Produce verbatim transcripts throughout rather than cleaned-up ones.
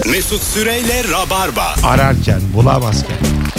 Mesut Süreyle Rabarba. Ararken bulamazken.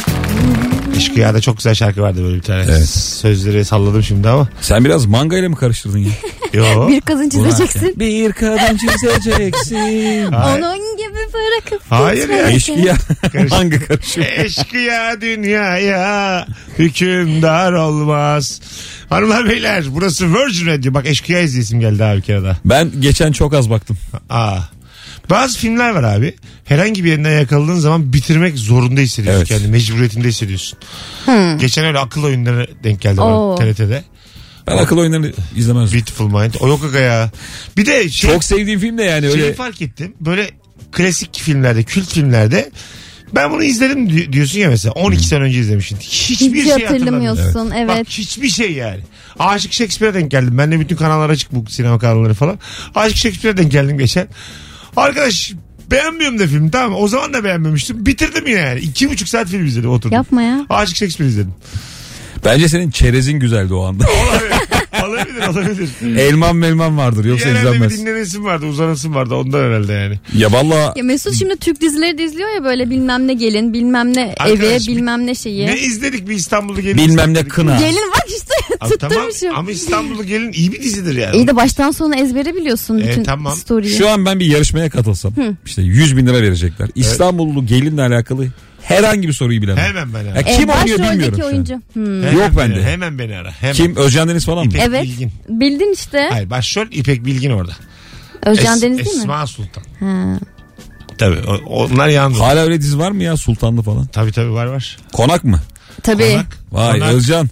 Eşkıya'da çok güzel şarkı vardı böyle bir tane. Evet. Sözleri salladım şimdi ama. Sen biraz manga ile mi karıştırdın ya? Yo. Bir kadın çizeceksin. Bir kadın çizeceksin. Hayır. Onun gibi bırakıp Hayır ya. Eşkıya. Manga karışıyor. Eşkıya dünyaya hükümdar olmaz. Hanımlar beyler, burası Virgin Radio. Bak, Eşkıya izleyesim geldi abi bir kere daha. Ben geçen çok az baktım. Aa. Bazı filmler var abi. Herhangi bir yerinden yakaladığın zaman bitirmek zorunda hissediyorsun Evet. kendini. Mecburiyetinde hissediyorsun. Hmm. Geçen öyle akıl oyunları denk geldi Oo. bana T R T'de. Ben akıl oyunlarını izlemezdim. Beautiful Mind. O yok aga ya. Bir de şey, Çok sevdiğim film de yani şeyi öyle. fark ettim. Böyle klasik filmlerde, kült filmlerde ben bunu izledim di- diyorsun ya mesela. on iki Hmm. sene önce izlemişsin. Hiçbir Hiç şey hatırlamıyorsun. hatırlamıyorsun. Evet. Bak, hiçbir şey yani. Aşık Shakespeare'e denk geldim. Ben de bütün kanallar açık, bu sinema kanalları falan. Aşık Shakespeare'e denk geldim geçen. Arkadaş, beğenmiyorum da film, tamam mı? O zaman da beğenmemiştim. Bitirdim yine yani. İki buçuk saat film izledim, oturdum. Yapma ya. Aşık Shakespeare izledim. Bence senin çerezin güzeldi o anda. Olabilir, olabilir. Elman melman vardır yoksa Genelde bir izlenmez. dinlenesim vardı, uzanasım vardı. Ondan herhalde yani. Ya valla Ya Mesut şimdi Türk dizileri de izliyor ya, böyle bilmem ne gelin, bilmem ne Arkadaş, evi, bilmem ne şeyi. Ne izledik bir İstanbul'u gelin. bilmem ne izledik. kına. Gelin bak işte Abi tamam, tutturmuşum. ama İstanbul'u gelin iyi bir dizidir yani. İyi de baştan sona ezbere biliyorsun E, bütün tamam. story'yi. Şu an ben bir yarışmaya katılsam işte yüz bin lira verecekler. İstanbullu gelinle alakalı herhangi bir soruyu bilemem. Hemen beni ara. Ya kim E, oynuyor bilmiyorum başroldeki şu an. oyuncu. Hmm. Hemen Yok beni bende. ara, Hemen beni ara. Hemen. Kim? Özcan Deniz falan mı? İpek Evet. Bilgin. Bildin işte. Hayır, başrol İpek Bilgin orada. Özcan Es- Deniz değil mi? Esma Sultan. Ha. Tabii o- onlar yandı. Hala öyle dizi var mı ya, Sultanlı falan? Tabii tabii, var var. Konak mı? Tabii. Konak. Vay Konak, Özcan.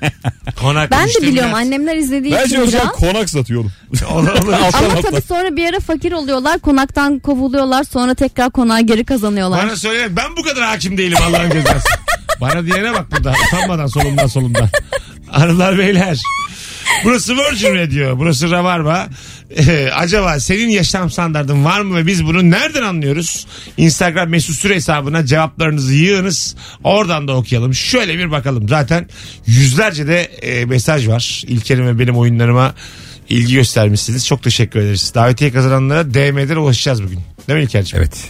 Konak. Ben de işte biliyorum, biraz. annemler izlediği Bence için Özcan biraz. konak satıyor oğlum. Olur, olur. Alttan Ama alttan. tabii sonra bir ara fakir oluyorlar, konaktan kovuluyorlar, sonra tekrar konağa geri kazanıyorlar. Bana söyle, ben bu kadar hakim değilim Allah'ın cezası. Bana diyene bak burada, utanmadan solumdan solumdan. Hanımlar beyler, burası Virgin Radio, burası Rabarba. Ee, acaba senin yaşam standardın var mı ve biz bunu nereden anlıyoruz? Instagram Mesut Süre hesabına cevaplarınızı yığınız, oradan da okuyalım. Şöyle bir bakalım, zaten yüzlerce de e, mesaj var. İlker'im ve benim oyunlarıma ilgi göstermişsiniz. Çok teşekkür ederiz. Davetiye kazananlara D M'den ulaşacağız bugün. Değil mi İlker'ciğim? Evet.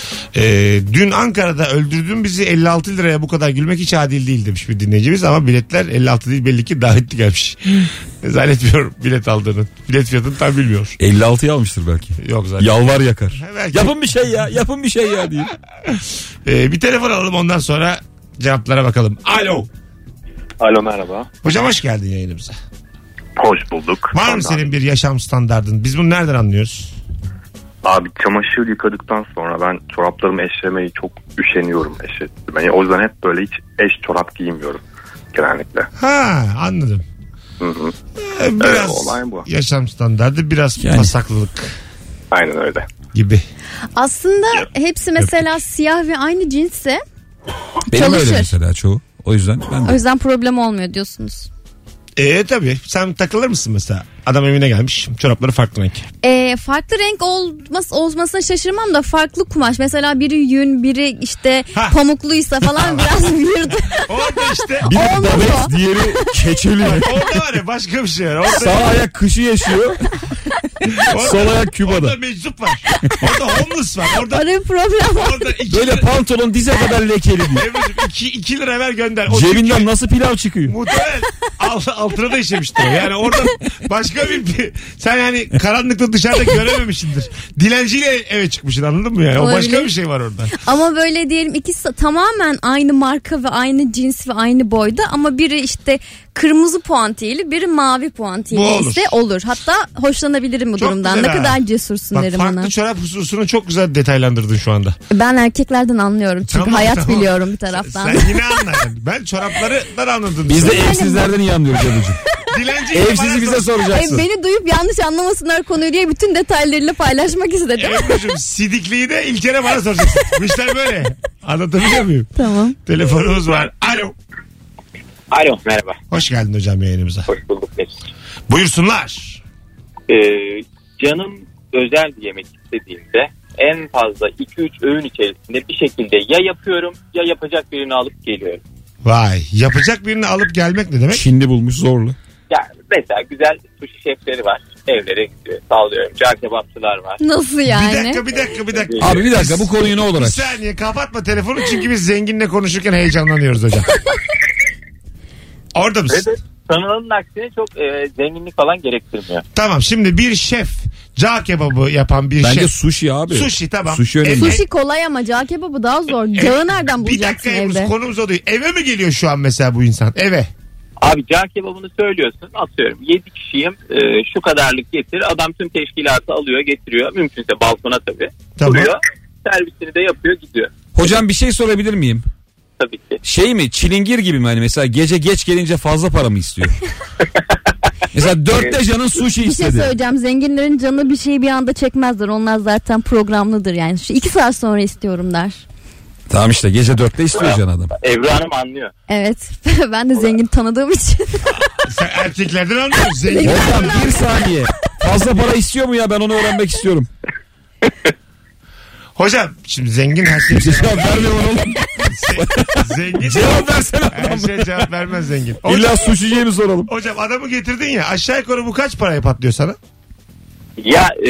Ee, dün Ankara'da öldürdün bizi, elli altı liraya bu kadar gülmek hiç adil değil demiş bir dinleyicimiz, ama biletler elli altı değil, belli ki davetli gelmiş. Zannetmiyorum bilet aldığını. Bilet fiyatını tam bilmiyor. elli altıyı almıştır belki. Yok zaten. Yalvar yakar. Belki. Yapın bir şey ya, yapın bir şey ya diye. Ee, bir telefon alalım, ondan sonra cevaplara bakalım. Alo. Alo, merhaba. Hocam hoş geldin yayınımıza. Hoş bulduk. Var mı senin bir yaşam standardın? Biz bunu nereden anlıyoruz? Abi, çamaşır yıkadıktan sonra ben çoraplarımı eşlemeyi çok üşeniyorum eşlettirmeyi. O yüzden hep böyle hiç eş çorap giymiyorum genellikle. Ha, anladım. Hı hı. Ee, biraz Evet, olay bu. yaşam standardı, biraz Yani. pasaklılık Aynen öyle. gibi. Aslında hepsi mesela siyah ve aynı cinsse Benim çalışır. öyle mesela çoğu. O yüzden ben O de. yüzden problem olmuyor diyorsunuz. Ee tabii, sen takılır mısın mesela? Adam evine gelmiş, çorapları farklı renk. Ee, farklı renk olması, olmasına şaşırmam da farklı kumaş. Mesela biri yün, biri işte Ha. pamukluysa falan biraz weird. Orada işte Biri Olmaz davet, o. diğeri keçeli. orada var ya başka bir şey var. Orada, Sağ ayak kışı yaşıyor. orada, Sol ayak Küba'da. orada meczup var. Orada homeless var. Orada, Arada bir problem var. orada iki, Böyle lira, pantolon dize kadar lekeli diyor. Emre'cim, iki, iki lira ver gönder. O Cebinden çünkü nasıl pilav çıkıyor? muhtemelen alt, altına da işemiştir o. Yani orada başka bir, bir sen yani karanlıkta dışarıda görememişsindir. Dilenciyle eve çıkmışsın, anladın mı yani? O başka Olabilir. bir şey var orada. Ama böyle diyelim ikisi tamamen aynı marka ve aynı cins ve aynı boyda, ama biri işte kırmızı puantiyeli, biri mavi Bu puantiyeli olur. ise olur. Hatta hoşlanabilirim bu Çok durumdan. güzel Ne ha. kadar cesursun Bak, derim farklı ona. çorap hususunu çok güzel detaylandırdın şu anda. Ben erkeklerden anlıyorum. Çünkü Tamam, hayat tamam. biliyorum bir taraftan. Sen yine anladın. Ben çoraplardan anladım. Biz de Sen- evsizlerden iyi anlıyoruz Ebru'cum. Dilenci Evsizi bize Ay, soracaksın. beni duyup yanlış anlamasınlar konuyu diye bütün detaylarıyla paylaşmak istedim. Ebru'cum, sidikliği de İlker'e bana soracaksın. Bu işler böyle. Anlatabiliyor muyum? Tamam. Telefonumuz var. Alo. Alo, merhaba. Hoş geldin hocam yayınımıza. Hoş bulduk Mesut. Buyursunlar. Ee, canım özel bir yemek istediğimde en fazla iki üç öğün içerisinde bir şekilde ya yapıyorum ya yapacak birini alıp geliyorum. Vay. Yapacak birini alıp gelmek ne demek? Çinli bulmuş zorlu. Yani mesela güzel sushi şefleri var. evlere gidiyor. Sağlıyorum. Cağ kebapçılar var. Nasıl yani? Bir dakika bir dakika bir dakika. Abi bir dakika bu konuyu ne Bir olarak? saniye kapatma telefonu çünkü biz zenginle konuşurken heyecanlanıyoruz hocam. Orada mısın? Evet. Sanılanın aksine çok e, zenginlik falan gerektirmiyor. Tamam şimdi bir şef cağ kebabı yapan bir Bence şef. sushi abi. Sushi tamam. Sushi önemli. Sushi kolay ama cağ kebabı daha zor. Cağı nereden Bir bulacaksın dakika evde? konumuz o değil. Eve mi geliyor şu an mesela bu insan? Eve. Abi cağ kebabını söylüyorsun. Atıyorum yedi kişiyim. E, şu kadarlık getir. Adam tüm teşkilatı alıyor getiriyor. Mümkünse balkona tabii. Tamam. Kuruyor. Servisini de yapıyor gidiyor. Hocam bir şey sorabilir miyim? Tabii ki. Şey mi çilingir gibi mi hani mesela gece geç gelince fazla para mı istiyor? Mesela dörtte canın sushi Bir şey istedi. söyleyeceğim. Zenginlerin canı bir şeyi bir anda çekmezler. Onlar zaten programlıdır yani. Şu iki saat sonra istiyorum der. Tamam işte gece dörtte istiyor can adam. Ebru Hanım anlıyor. Evet. Ben de zengin tanıdığım için. Sen erkeklerden anlıyorsun. Zengin. Hocam bir saniye. Fazla para istiyor mu ya ben onu öğrenmek istiyorum. Hocam şimdi zengin her şey. Cevap vermiyor oğlum. Zengin. Cevap versene Her adam. şeye cevap vermez zengin. Hocam, İlla sushi'ye mi soralım? hocam adamı getirdin ya aşağı yukarı bu kaç paraya patlıyor sana? Ya e,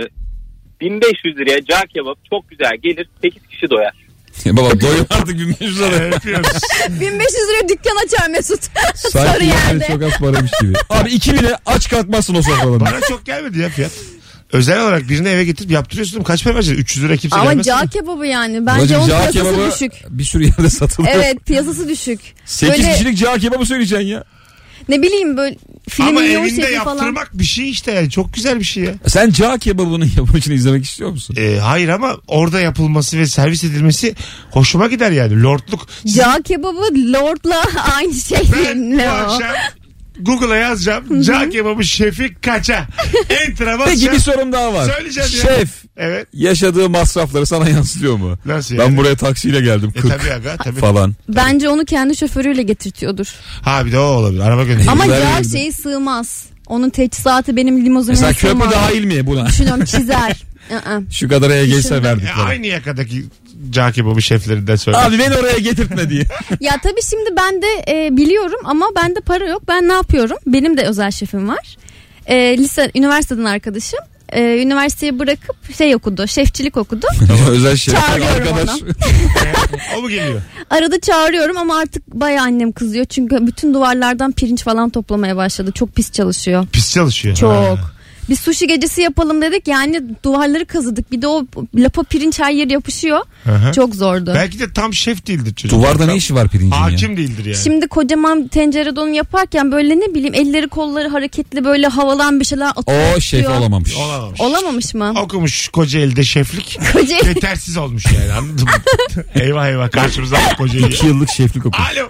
bin beş yüz liraya cağ kebap çok güzel gelir. sekiz kişi doyar. Baba doyum artık bin beş yüz lira. Öpüyoruz. bin beş yüz liraya dükkan açar Mesut. Sanki Sarı yani yerde. çok az paramış gibi. Abi iki bine aç kalkmazsın o sofradan. Bana çok gelmedi ya fiyat. Özel olarak birini eve getirip yaptırıyorsun. Kaç para vereceksin? üç yüz lira kimse Ama gelmez. cağ kebabı yani. Bence Hocam onun cağ piyasası kebabı düşük. bir sürü yerde satılıyor. Evet piyasası düşük. sekiz Böyle kişilik cağ kebabı söyleyeceksin ya. ne bileyim böyle Ama filmin yoğun evinde şefi falan. yaptırmak bir şey işte yani. Çok güzel bir şey ya. Sen cağ kebabının yapılışını izlemek istiyor musun? Ee, hayır ama orada yapılması ve servis edilmesi hoşuma gider yani. Lordluk. Cağ kebabı lordla aynı şey değil. Ben bu Ne o? akşam Google'a yazacağım. Cağ kebabı şefi kaça? Enter'a basacağım. Peki bir sorum daha var. Söyleyeceğim ya. Şef Evet. yaşadığı masrafları sana yansıtıyor mu? Nasıl Ben yani? buraya taksiyle geldim E, kırk tabii aga tabii. falan. Bence onu kendi şoförüyle getirtiyordur. Ha bir de o olabilir. Araba gönderiyor. Ama Güzel cağ bir- şeyi sığmaz. Onun teçhizatı benim limuzinime Mesela sığmaz. köprü dahil mi buna? Düşünüyorum çizer. Aa. Şu kadar E G S Düşündüm. verdik. E, bana. aynı yakadaki cağ kebabı şeflerinden söyle. Abi beni oraya getirtme diye. Ya tabii şimdi ben de e, biliyorum ama bende para yok. Ben ne yapıyorum? Benim de özel şefim var. E, lise, üniversiteden arkadaşım. E, üniversiteyi bırakıp şey okudu. Şefçilik okudu. Özel şef Çağırıyorum arkadaş. onu. O mu geliyor? Arada çağırıyorum ama artık bayağı annem kızıyor. Çünkü bütün duvarlardan pirinç falan toplamaya başladı. Çok pis çalışıyor. Pis çalışıyor. Çok. Ha. Bir sushi gecesi yapalım dedik. Yani duvarları kazıdık. Bir de o lapa pirinç her yer yapışıyor. Hı. Çok zordu. Belki de tam şef değildir çocuk. Duvarda ne işi var pirincin ya? Hakim değildir yani. Şimdi kocaman tencerede onu yaparken böyle ne bileyim elleri kolları hareketli böyle havalan bir şeyler atıyor. O şef olamamış. Olamamış. Olamamış mı? Okumuş Kocaeli'de şeflik. Kocaeli. Yetersiz olmuş yani anladın mı? eyvah eyvah karşımıza aldık Kocaeli. İki yıllık şeflik okumuş. Alo.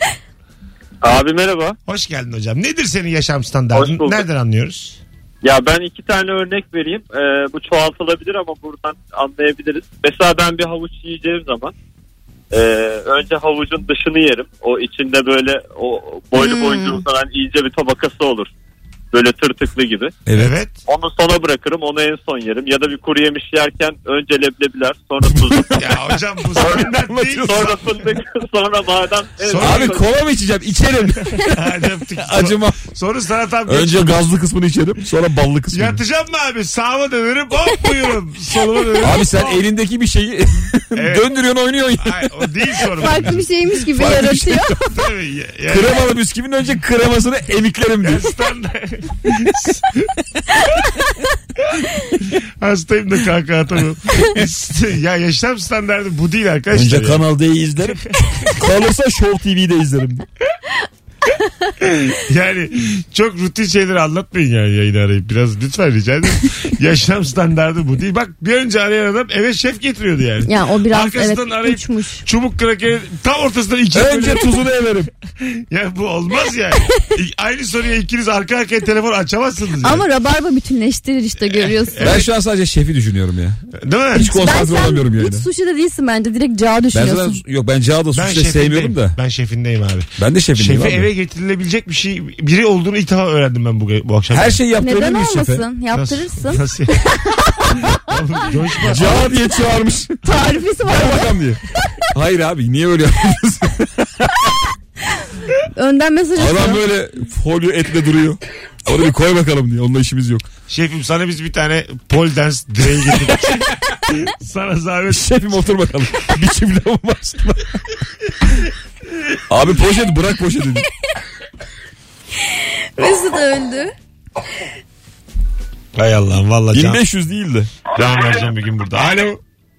Abi merhaba. Hoş geldin hocam. Nedir senin yaşam Hoş standartın? bulduk. Nereden anlıyoruz? Ya ben iki tane örnek vereyim. Ee, bu çoğaltılabilir ama buradan anlayabiliriz. Mesela ben bir havuç yiyeceğim zaman e, önce havucun dışını yerim. O içinde böyle o boylu Hmm. boyunca uzanan iyice bir tabakası olur. Böyle tırtıklı gibi. Evet. Evet. Onu sona bırakırım, onu en son yerim. Ya da bir kuru yemiş yerken önce leblebiler, sonra tuzlu. Ya hocam bu standart değil. sonra fındık, sonra badem. Evet, Sonra- Abi kola mı içeceğim? İçerim. Hadi öptük. Acıma. Sonra sana tam Önce gazlı kısmını içerim sonra ballı kısmını. yatacağım mı abi? Sağıma dönürüm hop buyurun. Soluma dönürüm. Abi sen elindeki bir şeyi Evet. döndürüyorsun oynuyorsun ya. Hayır, o değil sorun. Farklı bir şeymiş gibi Farklı bir şey. yaratıyor. Tabii, ya- yani- Kremalı bisküvinin önce kremasını emiklerim diyor. Standart. Hastayım da kahkaha atamıyorum. Ya yaşam standartı bu değil arkadaşlar. Önce ya. Kanal D'yi izlerim. Kalırsa Show T V'de izlerim. Yani çok rutin şeyleri anlatmayın yani yayını arayıp. Biraz lütfen rica ederim. Yaşam standartı bu değil. Bak bir önce arayan adam eve şef getiriyordu yani. Ya o biraz Arkasından evet arayıp uçmuş. çubuk krakeri tam ortasından iki Önce tuzunu everim. Ya bu olmaz yani. Aynı soruya ikiniz arka arkaya telefon açamazsınız yani. Ama rabarba bütünleştirir işte görüyorsun. Ben şu an sadece şefi düşünüyorum ya. Değil mi? Hiç Ben konsantre sen olamıyorum hiç yayına. sushi'de değilsin bence. Direkt cağ Ben düşünüyorsun. zaten yok ben cağ da Ben sushi de şefindeyim. sevmiyorum da. Ben şefindeyim abi. Ben de şefindeyim Şefe abi. eve getirilebilecek bir şey biri olduğunu ilk defa öğrendim ben bu, bu akşam. Her şeyi yaptırabilir Neden miyiz şefe? olmasın? Yaptırırsın. Nasıl? Nasıl? Oğlum, coşma. Cağ diye çağırmış. Tarifesi var. Gel bakalım diye. Hayır abi niye öyle yapıyorsun? Önden mesaj atıyor. Adam böyle folyo etle duruyor. Onu bir koy bakalım diye. Onunla işimiz yok. Şefim sana biz bir tane pole dance direği getirdik. Sana zahmet. Şefim otur bakalım. Bir çimlama başına. Abi poşet bırak poşeti. Mesut öldü. Hay Allah'ım vallahi can. bin beş yüz değildi. Can vereceğim bir gün burada. Alo.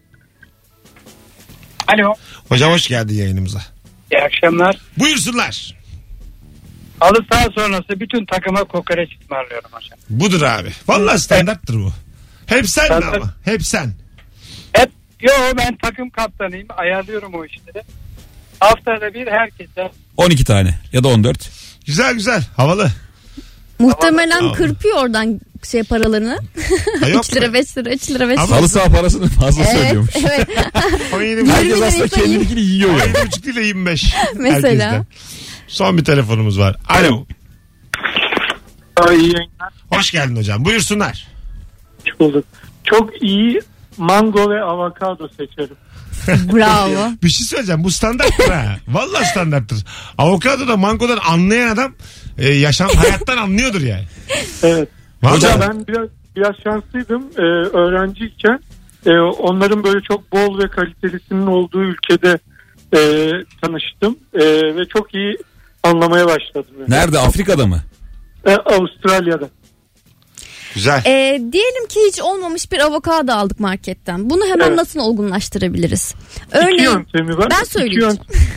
Alo. Hocam hoş geldin yayınımıza. İyi akşamlar. Buyursunlar. Halı saha sonrası bütün takıma kokoreç ısmarlıyorum hocam. Budur abi. Vallahi standarttır bu. Hep sen mi ama? Hep sen. Hep yo ben takım kaptanıyım. Ayarlıyorum o işleri. Haftada bir herkese. on iki tane ya da on dört. Güzel güzel. Havalı. Muhtemelen Tamam. kırpıyor oradan şey paralarını. Ha, yok üç lira mu? beş lira üç lira beş Ama- lira. Halı saha parasını fazla Evet, söylüyormuş. evet. on yedi Yirmi Herkes lirayı aslında sayayım. kendininkini yiyor ya. on yedi buçuk değil de yirmi beş. Mesela. Herkesten. Son bir telefonumuz var. Alo. İyi yayınlar. Hoş geldin hocam. Buyursunlar. Hoş bulduk. Çok iyi mango ve avokado seçerim. Bravo. Bir şey söyleyeceğim. Bu standarttır ha. Vallahi standarttır. Avokado da mangodan anlayan adam e, yaşam hayattan anlıyordur yani. Evet. Vallahi. Hocam ben biraz biraz şanslıydım. Ee, öğrenciyken e, onların böyle çok bol ve kalitelisinin olduğu ülkede e, tanıştım. E, ve çok iyi anlamaya başladım. Yani. Nerede? Afrika'da mı? E, Avustralya'da. Güzel. Ee, diyelim ki hiç olmamış bir avokado aldık marketten. Bunu hemen Evet. nasıl olgunlaştırabiliriz? İki Örneğin yöntemi var. ben İki söyleyeceğim.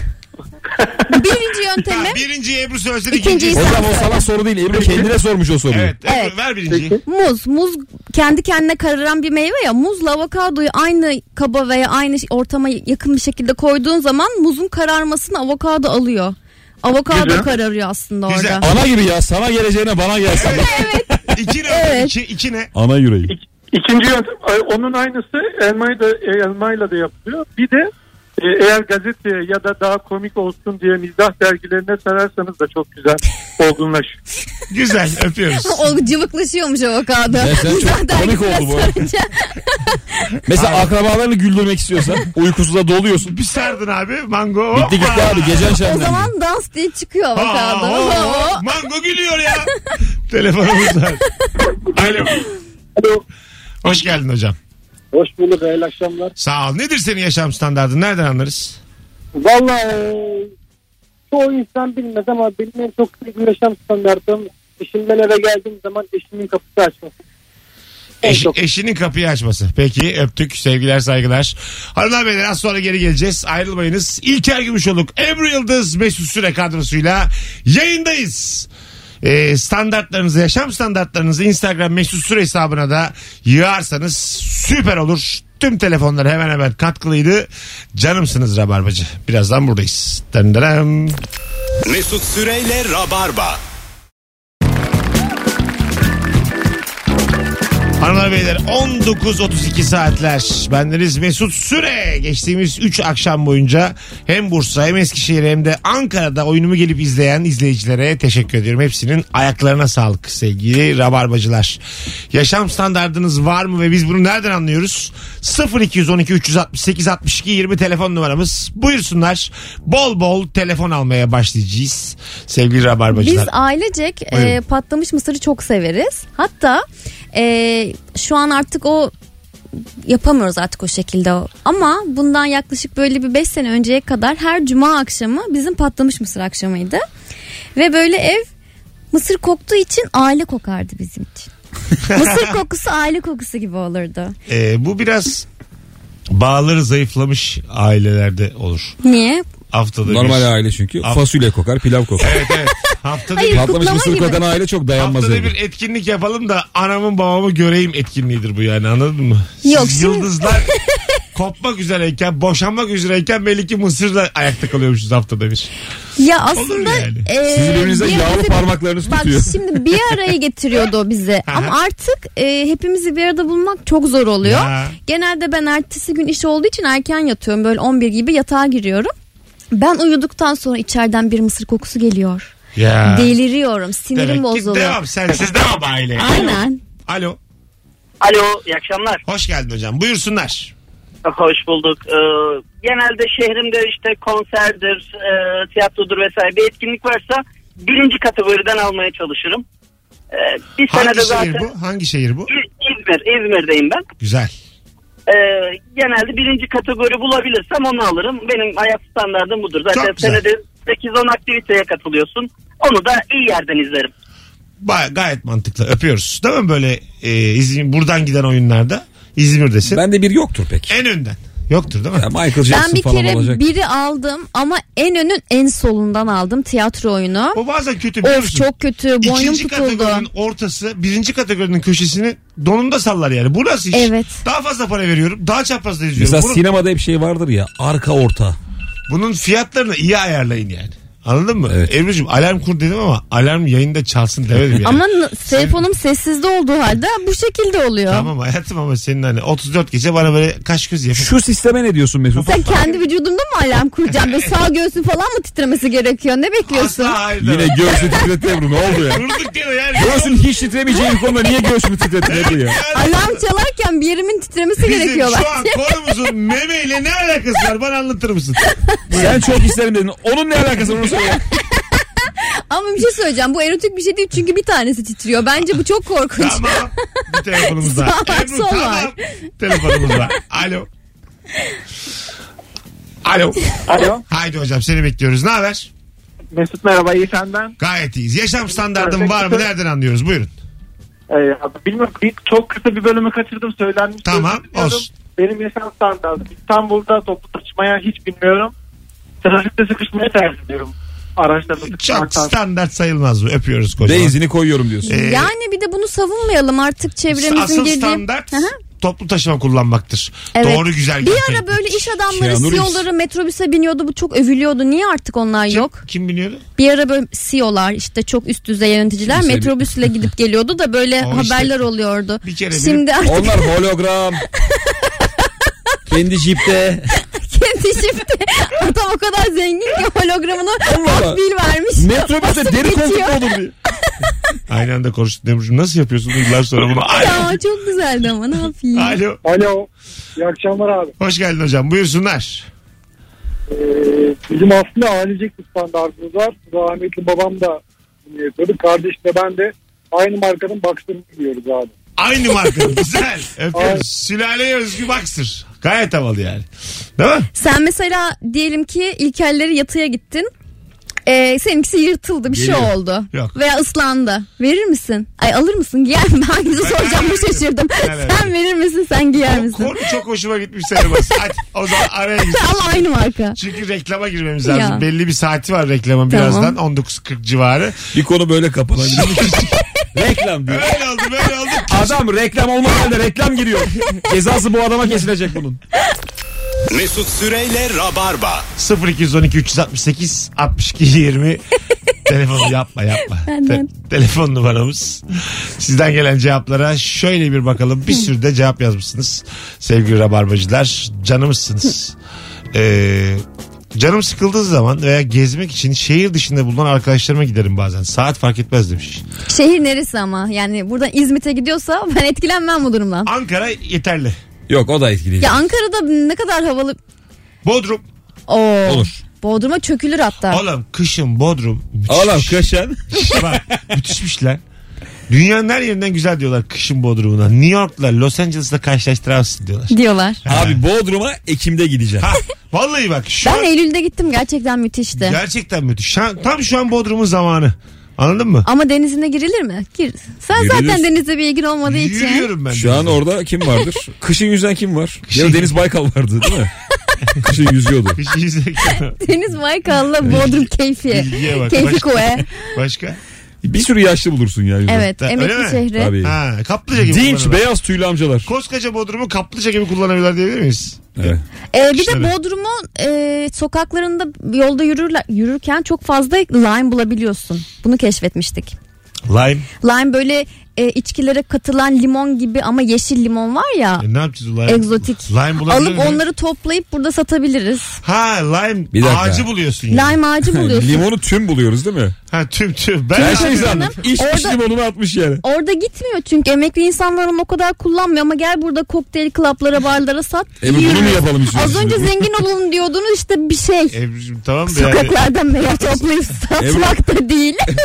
yöntem- Birinci yöntemi Ha, birinci Ebru söylesin. İkinciyi ikinciyi. sen- Hocam o sana soru değil. Ebru kendine sormuş o soruyu. Evet. Ebru, Evet. ver birinciyi. muz. Muz kendi kendine kararan bir meyve ya. Muzla avokadoyu aynı kaba veya aynı ortama yakın bir şekilde koyduğun zaman muzun kararmasını avokado alıyor. Avokado Güzel. kararıyor aslında Güzel. orada. Ana gibi ya. Sana geleceğine bana gelsin. İki ne? Evet. İki, iki ne? Ana yüreği. İk- İkinci yöntem onun aynısı elmayla da elmayla da yapılıyor. Bir de e, eğer gazeteye ya da daha komik olsun diye mizah dergilerine sararsanız da çok güzel olgunlaşıyor. Güzel. Öpüyoruz. O cıvıklaşıyormuş avokado. Gerçekten çok Zaten komik oldu bu arada. sarınca. Mesela akrabalarını güldürmek istiyorsan uykusuzda doluyorsun. Bir sardın abi. Mango. Bitti gitti abi. Gecen O şenlendi. zaman dans diye çıkıyor Aa, avokado. aa, mango gülüyor ya. Telefonumuz var. Alo. Alo. Hoş geldin hocam. Hoş bulduk, hayırlı akşamlar. Sağ ol. Nedir senin yaşam standartın? Nereden anlarız? Vallahi çoğu insan bilmez ama benim en çok sevdiğim yaşam standartım eşimden eve geldiğim zaman eşimin kapısı açması. En Eş, çok. eşinin kapıyı açması. Peki öptük. Sevgiler saygılar. Hanımlar beyler az sonra geri geleceğiz. Ayrılmayınız. İlker Gümüşoluk, Ebru Yıldız, Mesut Süre kadrosuyla yayındayız. Ee, standartlarınızı, yaşam standartlarınızı Instagram Mesut Süre hesabına da yığarsanız süper olur. Tüm telefonlar hemen hemen katkılıydı. Canımsınız Rabarbacı. Birazdan buradayız. Döndürem. Mesut Süreyle Rabarba. Hanımlar beyler on dokuz otuz iki saatler. Bendeniz Mesut Süre. Geçtiğimiz üç akşam boyunca hem Bursa hem Eskişehir hem de Ankara'da oyunumu gelip izleyen izleyicilere teşekkür ediyorum. Hepsinin ayaklarına sağlık sevgili Rabarbacılar. Yaşam standardınız var mı ve biz bunu nereden anlıyoruz? sıfır iki on iki üç altı sekiz altmış iki yirmi telefon numaramız. Buyursunlar. Bol bol telefon almaya başlayacağız sevgili Rabarbacılar. Biz ailecek Buyurun. e, patlamış mısırı çok severiz. Hatta e, şu an artık o yapamıyoruz artık o şekilde. Ama bundan yaklaşık böyle bir beş sene önceye kadar her cuma akşamı bizim patlamış mısır akşamıydı. Ve böyle ev mısır koktuğu için aile kokardı bizim için. Mısır kokusu aile kokusu gibi olurdu. Ee, bu biraz bağları zayıflamış ailelerde olur. Niye? Haftada Normal bir. aile çünkü. Af- Fasulye kokar, pilav kokar. Evet evet. Haftada Hayır, bir. Patlamış kutlama mısır gibi. kokan aile çok dayanmaz. Haftada evde. bir etkinlik yapalım da anamın babamı göreyim etkinliğidir bu yani, anladın mı? Yok, Siz şimdi- yıldızlar kopmak üzereyken, boşanmak üzereyken belli ki Mısır'da ayakta kalıyormuşuz haftada bir. Ya aslında yani. e, Siz birbirinize bir- yağlı bizi- parmaklarınız Bak tutuyor. şimdi bir araya getiriyordu o bizi. Ama artık e, hepimizi bir arada bulmak çok zor oluyor. Ya. Genelde ben ertesi gün iş olduğu için erken yatıyorum. Böyle on bir gibi yatağa giriyorum. Ben uyuduktan sonra içeriden bir mısır kokusu geliyor. Ya. Deliriyorum. Sinirim Demek ki bozuluyor. devam, sensiz devam aile. Aynen. Alo. Alo, iyi akşamlar. Hoş geldin hocam. Buyursunlar. Hoş bulduk. Ee, genelde şehrimde işte konserdir, e, tiyatrodur vesaire bir etkinlik varsa birinci kategoriden almaya çalışırım. Ee, bir Hangi sene de şehir zaten bu? Hangi şehir bu? İ- İzmir, İzmir'deyim ben. Güzel. Ee, genelde birinci kategori bulabilirsem onu alırım. Benim hayat standardım budur. Zaten Çok güzel. senede sekiz on aktiviteye katılıyorsun. Onu da iyi yerden izlerim. Ba- gayet mantıklı. Öpüyoruz. Değil mi böyle e, İzmir, buradan giden oyunlarda İzmir'desin. Bende bir yoktur pek. En önden. Yoktur değil mi? Ya Michael Jackson Ben bir falan kere olacak. biri aldım ama en önün en solundan aldım tiyatro oyunu. O bazen kötü biliyor Of musun? çok kötü, boynum İkinci tutuldu. kategorinin ortası, birinci kategorinin köşesini donunda sallar yani. Bu nasıl iş? Evet. Daha fazla para veriyorum. Daha çaprazda izliyorum. Mesela Bunun, sinemada hep şey vardır ya, arka orta. bunun fiyatlarını iyi ayarlayın yani. Anladın mı? Evet. Ebru'cum alarm kur dedim ama alarm yayında çalsın demedim yani. Ama n- telefonum sessizde olduğu halde bu şekilde oluyor. Tamam hayatım ama senin hani otuz dört gece bana böyle kaş göz yapın. Şu sisteme ne diyorsun Mesut? Sen kendi vücudunda mı alarm kuracaksın? Böyle sağ göğsün falan mı titremesi gerekiyor? Ne bekliyorsun? Asla hayır. Yine demem. göğsü titretti Ebru, ne oldu ya? Durduk yere yani. Göğsün hiç titremeyeceği bir konuda niye göğsünü titretti Ebru ya? Alarm çalarken bir yerimin titremesi Bizim gerekiyor şu an bence. konumuzun memeyle ne alakası var? Bana anlatır mısın? Sen çok isterim dedin. Onun ne alakası var onu söyle. Ama bir şey söyleyeceğim. Bu erotik bir şey değil çünkü bir tanesi titriyor. Bence bu çok korkunç. Tamam. Bir telefonumuz var. Sağ var, Ebru sol tamam. var. Telefonumuz var. Alo. Alo. Alo. Haydi hocam seni bekliyoruz. Ne haber? Mesut merhaba, iyi senden. Gayet iyiyiz. Yaşam standartın var mı? Nereden anlıyoruz? Buyurun. Ee, bilmiyorum, bir, çok kısa bir bölümü kaçırdım, söylenmiş. Tamam, Özür diliyorum. olsun. Benim yaşam standartım İstanbul'da toplu taşımaya hiç bilmiyorum. Trafikte sıkışmayı tercih ediyorum. Araçlarda Çok sıkışmaktan. standart sayılmaz bu. Öpüyoruz kocaman. Benzini koyuyorum diyorsun. Ee, Yani bir de bunu savunmayalım artık çevremizin Asıl girdiği. standart Hı hı. toplu taşıma kullanmaktır. Evet. Doğru güzel. Bir ara böyle iş adamları Keanu C E O'ları metrobüse biniyordu. Bu çok övülüyordu. Niye artık onlar Kim, yok? kim biniyordu? Bir ara böyle C E O'lar işte çok üst düzey yöneticiler Kimse metrobüsle gidip geliyordu da böyle O işte haberler oluyordu. bir kere Şimdi artık Onlar hologram. Kendi jipte. kendi şimdi adam o kadar zengin ki hologramını Allah. akbil vermiş. Metrobüste Basıp deri koltuk geçiyor. mu olur diye. Aynı anda konuştuk Demirciğim. Nasıl yapıyorsun yıllar sonra bunu? Alo. Ya çok güzeldi ama ne yapayım. Alo. Alo. İyi akşamlar abi. Hoş geldin hocam. Buyursunlar. Ee, bizim aslında ailecek bir standartımız var. Rahmetli babam da bunu yapıyordu. Kardeşle ben de aynı markanın Boxer'ını giyiyoruz abi. Aynı marka. Güzel. Aynen. Öpüyoruz. Sülaleye özgü Boxer. Gayet havalı yani. Değil mi? Sen mesela diyelim ki İlkerleri yatıya gittin. Ee, seninkisi yırtıldı bir Geliyor. şey oldu. Yok. Veya ıslandı. Verir misin? Ay alır mısın? Giyer mi? Hangisi Ben- soracağım bu şaşırdım. Evet. Sen verir misin? Sen giyer O misin? konu çok hoşuma gitmiş sayılmaz. Hadi o zaman araya girsin. Ama aynı marka. Çünkü reklama girmemiz lazım. Ya. Belli bir saati var reklamın Tamam. birazdan. on dokuz kırk civarı. Bir konu böyle kapanabilir. Reklam diyor. Böyle oldu böyle oldu. Adam reklam olmadan halde reklam giriyor. Cezası bu adama kesilecek bunun. Mesut Süreyle Rabarba. sıfır iki on iki üç altı sekiz altmış iki yirmi telefonu yapma yapma. Benden. Te- telefon numaramız. Sizden gelen cevaplara şöyle bir bakalım. Bir sürü de cevap yazmışsınız. Sevgili Rabarbacılar. Canımızsınız. Ee, canım sıkıldığı zaman veya gezmek için şehir dışında bulunan arkadaşlarıma giderim bazen. Saat fark etmez demiş. Şehir neresi ama? Yani buradan İzmit'e gidiyorsa ben etkilenmem bu durumdan. Ankara yeterli. Yok, o da etkileyici. Ya Ankara'da ne kadar havalı. Bodrum. Oo. Olur. Bodrum'a çökülür hatta. Oğlum kışın Bodrum. Oğlum müthiş. kışın. Bak müthişmiş lan. Dünyanın her yerinden güzel diyorlar kışın Bodrum'una. New York'la Los Angeles'la karşılaştıramazsın diyorlar. Diyorlar. Abi Bodrum'a Ekim'de gideceğim. Ha, vallahi bak şu Ben an Eylül'de gittim gerçekten müthişti. gerçekten müthiş. Şu an- tam şu an Bodrum'un zamanı. Anladın mı? Ama denizine girilir mi? Gir. Sen Girilir. zaten denizde bir ilgin olmadığı için. Yürüyorum ben. Şu an denizde. orada kim vardır? Kışın yüzen kim var? Kışın- Ya Deniz Baykal vardı değil mi? Kışın yüzüyordu. Kışın yüzek. Deniz Baykal'la Bodrum keyfi. Bilgiye bak. Keyfi Başka? koe. Başka? Bir sürü yaşlı bulursun ya yüzen. Evet. Öyle Emekli mi? şehri. Tabii. Ha, kaplıca gibi Dinç, kullanırlar. beyaz tüylü amcalar. Koskoca Bodrum'u kaplıca gibi kullanabilirler diyebilir miyiz? Evet. Ee, bir de Kışları. Bodrum'un e, sokaklarında yolda yürürler, yürürken çok fazla lime bulabiliyorsun. Bunu keşfetmiştik. Lime. Lime böyle e, içkilere katılan limon gibi ama yeşil limon var ya. E, ne yapacağız lime? Egzotik. Lime bulabilir Alıp miyim? onları toplayıp burada satabiliriz. Ha lime Bir dakika. ağacı buluyorsun. Yani. Lime ağacı buluyorsun. Limonu tüm buluyoruz değil mi? Ha tüm tüm. Ben Her Tüm şey canım. zannet. İçmiş Orada- limonunu atmış yere. Orada gitmiyor çünkü emekli insanların o kadar kullanmıyor ama gel burada kokteyl klaplara, barlara sat. Ebru bunu yiyoruz. mu yapalım istiyorsun? Az önce zengin olun diyordunuz işte bir şey. Ebru'cum tamam da yani. Sokaklardan meyve toplayıp satmak da değil.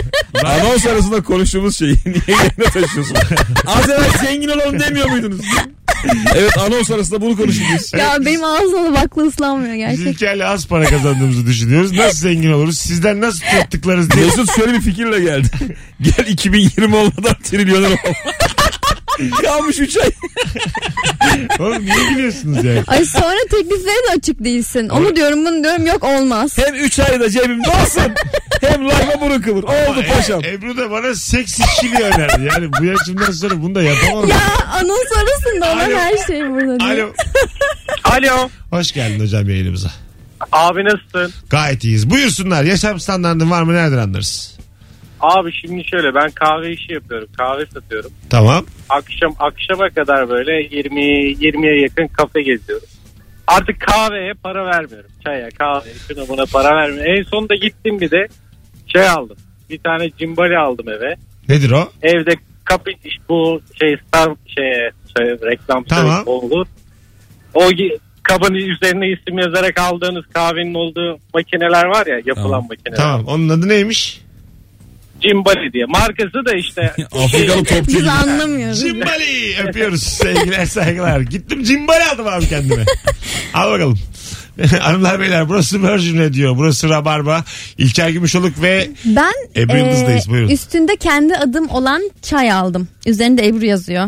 Anons arasında konuştuğumuz şeyi niye yerine taşıyorsun? Az evvel zengin olalım demiyor muydunuz? Evet, anons arasında bunu konuşuyoruz. Ya benim ağzımda bakla ıslanmıyor Biz gerçekten. İlker'le az para kazandığımızı düşünüyoruz. Nasıl zengin oluruz? Sizden nasıl tuttuklarız diye. Mesut şöyle bir fikirle geldi. Gel iki bin yirmi olmadan trilyoner ol. Kalmış üç ay. Oğlum niye gülüyorsunuz yani? Ay sonra tekliflere de açık değilsin. Onu diyorum bunu diyorum yok olmaz. Hem üç ayda cebimde olsun. Hem lafla bunu kıvır. Oldu paşam. E, Ebru da bana seks işçiliği önerdi. Yani bu yaşımdan sonra bunu da yapamam. Ya anons arasında olan Alo. her şey burada diyor. Alo. Alo. Hoş geldin hocam yayınımıza. Abi nasılsın? Gayet iyiyiz. Buyursunlar. Yaşam standartın var mı? Nereden anlarız? Abi şimdi şöyle, ben kahve işi yapıyorum. Kahve satıyorum. Tamam. Akşam akşama kadar böyle yirmi yirmiye yakın kafe geziyorum. Artık kahveye para vermiyorum. Çaya, kahveye, şuna buna para vermiyorum. En sonunda gittim bir de şey aldım. Bir tane cimbali aldım eve. Nedir o? Evde kapı bu şey star şey, şey reklam Tamam. oldu. O kabın üzerine isim yazarak aldığınız kahvenin olduğu makineler var ya, yapılan Tamam. makineler. Tamam. Onun adı neymiş? Cimbali diye. Markası da işte Afrikalı topçu Biz gibi. anlamıyoruz. Cimbali. Öpüyoruz. Sevgiler saygılar. Gittim cimbali aldım abi kendime. Al bakalım. Hanımlar beyler, burası Virgin Radio. Burası Rabarba. İlker Gümüşoluk ve Ben Ebru Yıldız'dayız, buyurun. üstünde kendi adım olan çay aldım. Üzerinde Ebru yazıyor.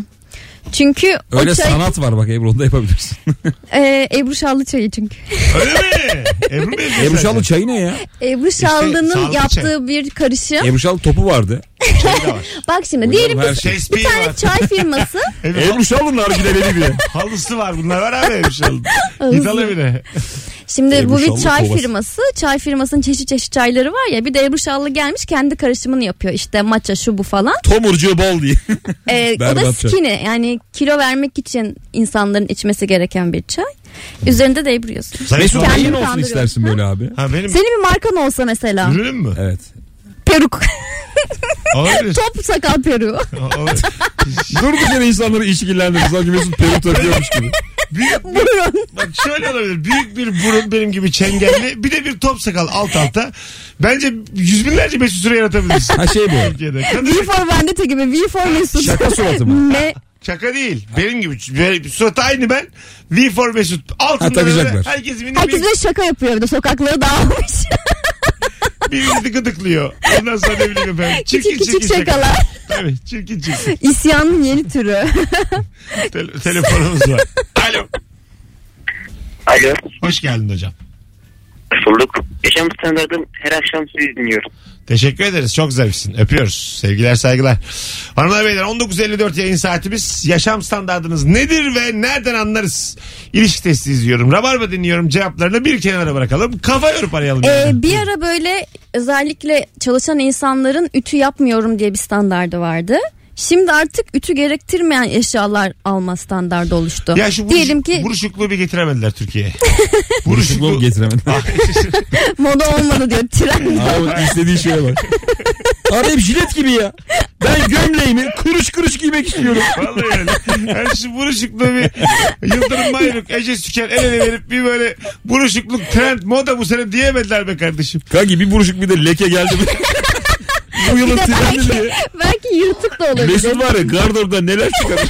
Çünkü Öyle o çay sanat var bak Ebru, onu da yapabilirsin. e, Ebru Şallı çayı çünkü. öyle mi? Ebru mu yazıyor Ebru sence? Şallı çayı ne ya? Ebru Şallı'nın sağlıklı yaptığı çay. bir karışım. Ebru Şallı topu vardı. Çayı da var. Bak şimdi diyelim her ki şey. bir Tespih tane var. çay firması Evet. Ebru Şallı'nın nargileleri bile. Halısı var, bunlar var abi Ebru Şallı. Halısı. Git al evine. Şimdi Ebru bu bir Şallı çay kovası. firması. Çay firmasının çeşit çeşit çayları var ya. Bir de Ebru Şallı gelmiş kendi karışımını yapıyor. İşte matcha şu bu falan. Tomurcuğu bol diye. Ee, o da Berbat çay. skinny, yani kilo vermek için insanların içmesi gereken bir çay. Üzerinde de Ebru yazıyor. Zayıf Mesut olan- Kendini neyin olsun kandırıyor. istersin böyle abi? Ha benim Senin bir markan olsa mesela. ürünüm mü? Evet. Peruk. Olabilir. Top sakal peruğu. O- olabilir. Durduk yere insanları işkillendirir. Sanki Mesut peruk takıyormuş gibi. Büyük, Buyurun. bak şöyle olabilir. Büyük bir burun benim gibi çengelli. Bir de bir top sakal alt alta. Bence yüz binlerce Mesut Süre yaratabilirsin. Ha şey bu. Türkiye'de. V Kadın for Vendetta gibi. V for Mesut. Şaka suratı mı? Ne? şaka değil. Benim gibi. Böyle suratı aynı ben. V for Mesut. Altında Ha, takacaklar. böyle herkes bir, Herkes bir, böyle şaka yapıyor bir de sokakları dağılmış. birbirini gıdıklıyor. Ondan sonra ne bileyim efendim. Çirkin Küçük çirkin küçük şakalar. şakalar. Tabii çirkin çirkin. İsyanın yeni türü. Te- telefonumuz var. Alo. Alo. Hoş geldin hocam. Bulduk. Yaşam standardım her akşam sizi dinliyorum. Teşekkür ederiz. Çok zarifsin. Öpüyoruz. Sevgiler saygılar. Hanımlar beyler, on dokuz elli dört yayın saatimiz. Yaşam standardınız nedir ve nereden anlarız? İlişki testi izliyorum. Rabarba dinliyorum. Cevaplarını bir kenara bırakalım. Kafa yorup arayalım. Ee, yani. bir ara böyle özellikle çalışan insanların ütü yapmıyorum diye bir standardı vardı. Şimdi artık ütü gerektirmeyen eşyalar alma standardı oluştu. Ya şu buruş, Diyelim ki buruşukluğu bir getiremediler Türkiye'ye. Buruşukluğu getiremedim. moda olmadı diyor tren. Abi istediği şeye bak. Arayıp jilet gibi ya. Ben gömleğimi kuruş kuruş giymek istiyorum. Vallahi öyle. Yani şu buruşukluğu bir Yıldırım Mayruk, Ece Süker el ele verip bir böyle buruşukluk trend moda bu sene diyemediler be kardeşim. Kanki bir buruşuk bir de leke geldi mi? Bu yılın trendi diye. Belki yırtık da olabilir. Mesut var ya gardırobda neler çıkarır.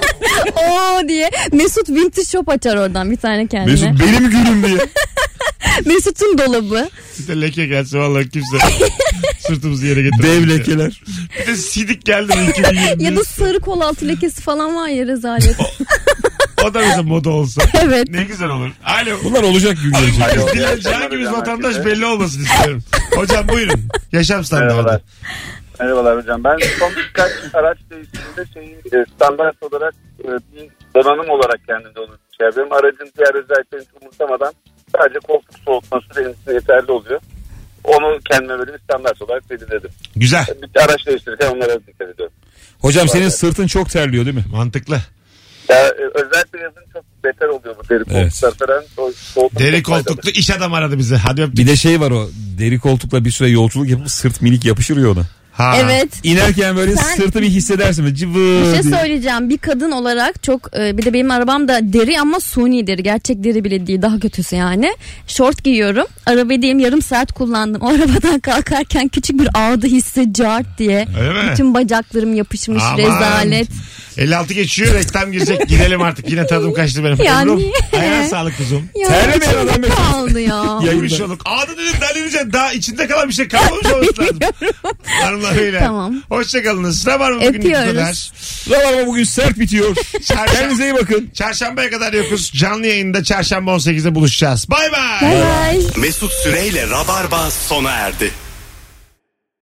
Oo diye Mesut vintage shop açar oradan bir tane kendine. Mesut benim gülüm diye. Mesut'un dolabı. Bir de leke gelse vallahi kimse sırtımızı yere getirmez. Dev lekeler. Bir de sidik geldi mi iki bin yirmi. Ya da sarı kol altı lekesi falan var ya, rezalet. O da bize moda olsa. Evet. Ne güzel olur. Alo. Bunlar olacak gün gelecek. Biz dilenci hangimiz vatandaş belli olmasın istiyorum. Hocam buyurun. Yaşam standartı. Merhabalar. Merhabalar hocam. Ben son birkaç araç değiştirdiğimde şeyi e, standart olarak e, bir donanım olarak kendimde onu şey yapıyorum. Aracın diğer özelliklerini umursamadan sadece koltuk soğutması benim için yeterli oluyor. Onu kendime böyle bir standart olarak belirledim. Güzel. Bir araç değiştirirken onlara dikkat ediyorum. Hocam senin sırtın çok terliyor değil mi? Mantıklı. Ya, e, özellikle yazın çok beter oluyor bu deri koltuklar Evet. falan. O, soğutmak Deri çok faydalı. koltuklu iş adam aradı bizi. Hadi öptük. Bir de şey var, o deri koltukla bir süre yolculuk yapıp sırt minik yapışır ya ona. Ha. Evet. İnerken böyle Sen- sırtı bir hissedersin. Böyle cıvı Bir şey diye. söyleyeceğim. Bir kadın olarak çok e, bir de benim arabam da deri ama suni deri. Gerçek deri bile değil. Daha kötüsü yani. Şort giyiyorum. Arabayı diyeyim yarım saat kullandım. O arabadan kalkarken küçük bir ağrı hissi cart diye. Öyle mi? Bütün bacaklarım yapışmış. Aman. Rezalet. elli altı geçiyor, reklam girecek. Gidelim artık, yine tadım kaçtı benim. Ya Ebru, niye? ayağına sağlık kuzum. Ya, Terlemeyen çok adam be. kaldı ya. Yaymış olduk. Ağda dedim dalineceksin. Daha içinde kalan bir şey kalmamış olması lazım. Hanımlar beyler. Tamam. Hoşçakalınız. Ne var mı bugün bu Öpüyoruz. kadar? Rabarba bugün sert bitiyor. Çarşamba- Kendinize iyi bakın. Çarşambaya kadar yokuz. Canlı yayında çarşamba on sekizde buluşacağız. Bay bay. Bye bye. Mesut Süreyle Rabarba sona erdi.